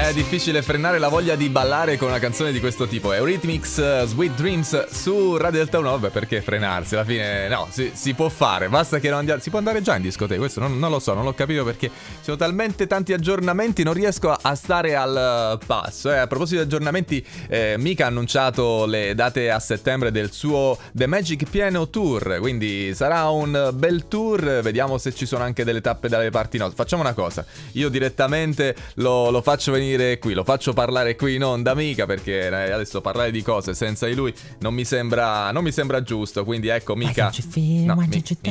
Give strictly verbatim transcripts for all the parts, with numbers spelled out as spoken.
È difficile frenare la voglia di ballare con una canzone di questo tipo. Eurythmics, uh, Sweet Dreams su Radio Delta uno. Vabbè, perché frenarsi? Alla fine no, si, si può fare. Basta che non andiamo. Si può andare già in discoteca. Questo non, non lo so, non l'ho capito perché ci sono talmente tanti aggiornamenti. Non riesco a, a stare al passo. Eh, a proposito di aggiornamenti, eh, Mika ha annunciato le date a settembre del suo The Magic Piano Tour. Quindi sarà un bel tour. Vediamo se ci sono anche delle tappe dalle parti nostre. Facciamo una cosa. Io direttamente lo, lo faccio venire qui, lo faccio parlare qui in onda, Mika, perché adesso parlare di cose senza di lui non mi sembra, non mi sembra giusto. Quindi ecco, Mika. No, mi,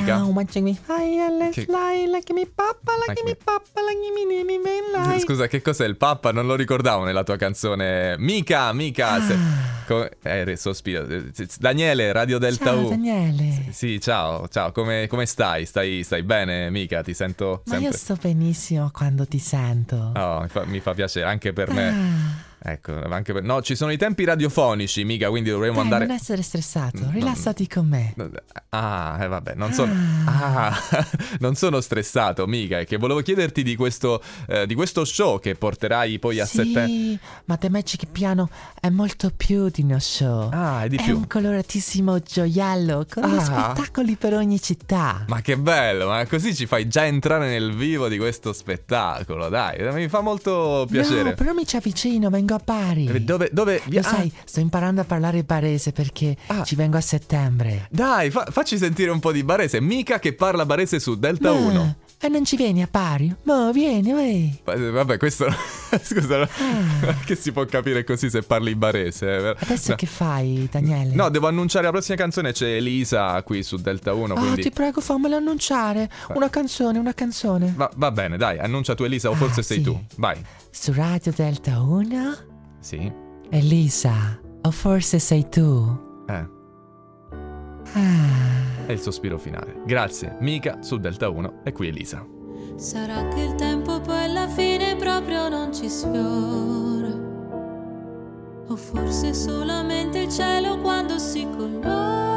Mika. Scusa, che cos'è il Pappa? Non lo ricordavo nella tua canzone. Mika, Mika. Ah. Se, co- eh, sospiro. Daniele, Radio Delta ciao, U. Daniele. Sì, sì, ciao, ciao. Come, come stai? stai? Stai bene, Mika? Ti sento Ma sempre. io sto benissimo quando ti sento. Oh, mi, fa, mi fa piacere anche per me. Ah. Ecco, anche per... No, ci sono i tempi radiofonici, Mika, quindi dovremmo Dai, andare... non essere stressato, No, rilassati con me. Ah, eh, vabbè, non sono... Ah, non sono stressato, Mika, è che volevo chiederti di questo, eh, di questo show che porterai poi a Sì, settembre. ma The Magic Piano è molto più di uno show. Ah, è di È più. un coloratissimo gioiello con Ah. spettacoli per ogni città. Ma che bello, ma così ci fai già entrare nel vivo di questo spettacolo, dai, mi fa molto piacere. No, però mi ci avvicino, vengo a Bari. Dove, dove... Lo ah, sai, sto imparando a parlare barese perché Ah. ci vengo a settembre. Dai, fa- facci sentire un po' di barese. Mika che parla barese su Delta Ma- uno. E non ci vieni a Bari? Ma vieni, vai. Ma- Vabbè, questo... Scusa, no? Che si può capire così se parli barese? eh? Adesso No. che fai, Daniele? No, devo annunciare la prossima canzone. C'è Elisa qui su Delta uno, Oh, quindi... ti prego, fammelo annunciare. Una canzone, una canzone. Va, va bene, dai, annuncia tu Elisa o Ah, forse sei sì. tu. Vai. Su Radio Delta uno? Sì. Elisa, o forse sei tu? Eh, Ah. è il sospiro finale. Grazie, Mika su Delta uno e qui Elisa. Sarà che il tempo poi alla fine proprio non ci sfiora, o forse solamente il cielo quando si colora.